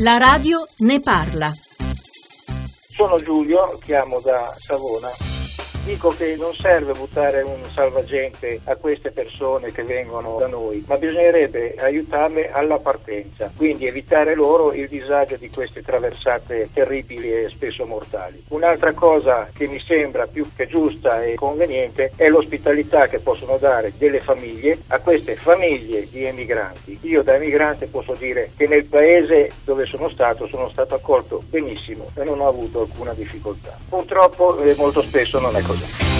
La radio ne parla. Sono Giulio, chiamo da Savona. Dico che non serve buttare un salvagente a queste persone che vengono da noi, ma bisognerebbe aiutarle alla partenza, quindi evitare loro il disagio di queste traversate terribili e spesso mortali. Un'altra cosa che mi sembra più che giusta e conveniente è l'ospitalità che possono dare delle famiglie a queste famiglie di emigranti. Io da emigrante posso dire che nel paese dove sono stato accolto benissimo e non ho avuto alcuna difficoltà. Purtroppo molto spesso non è così.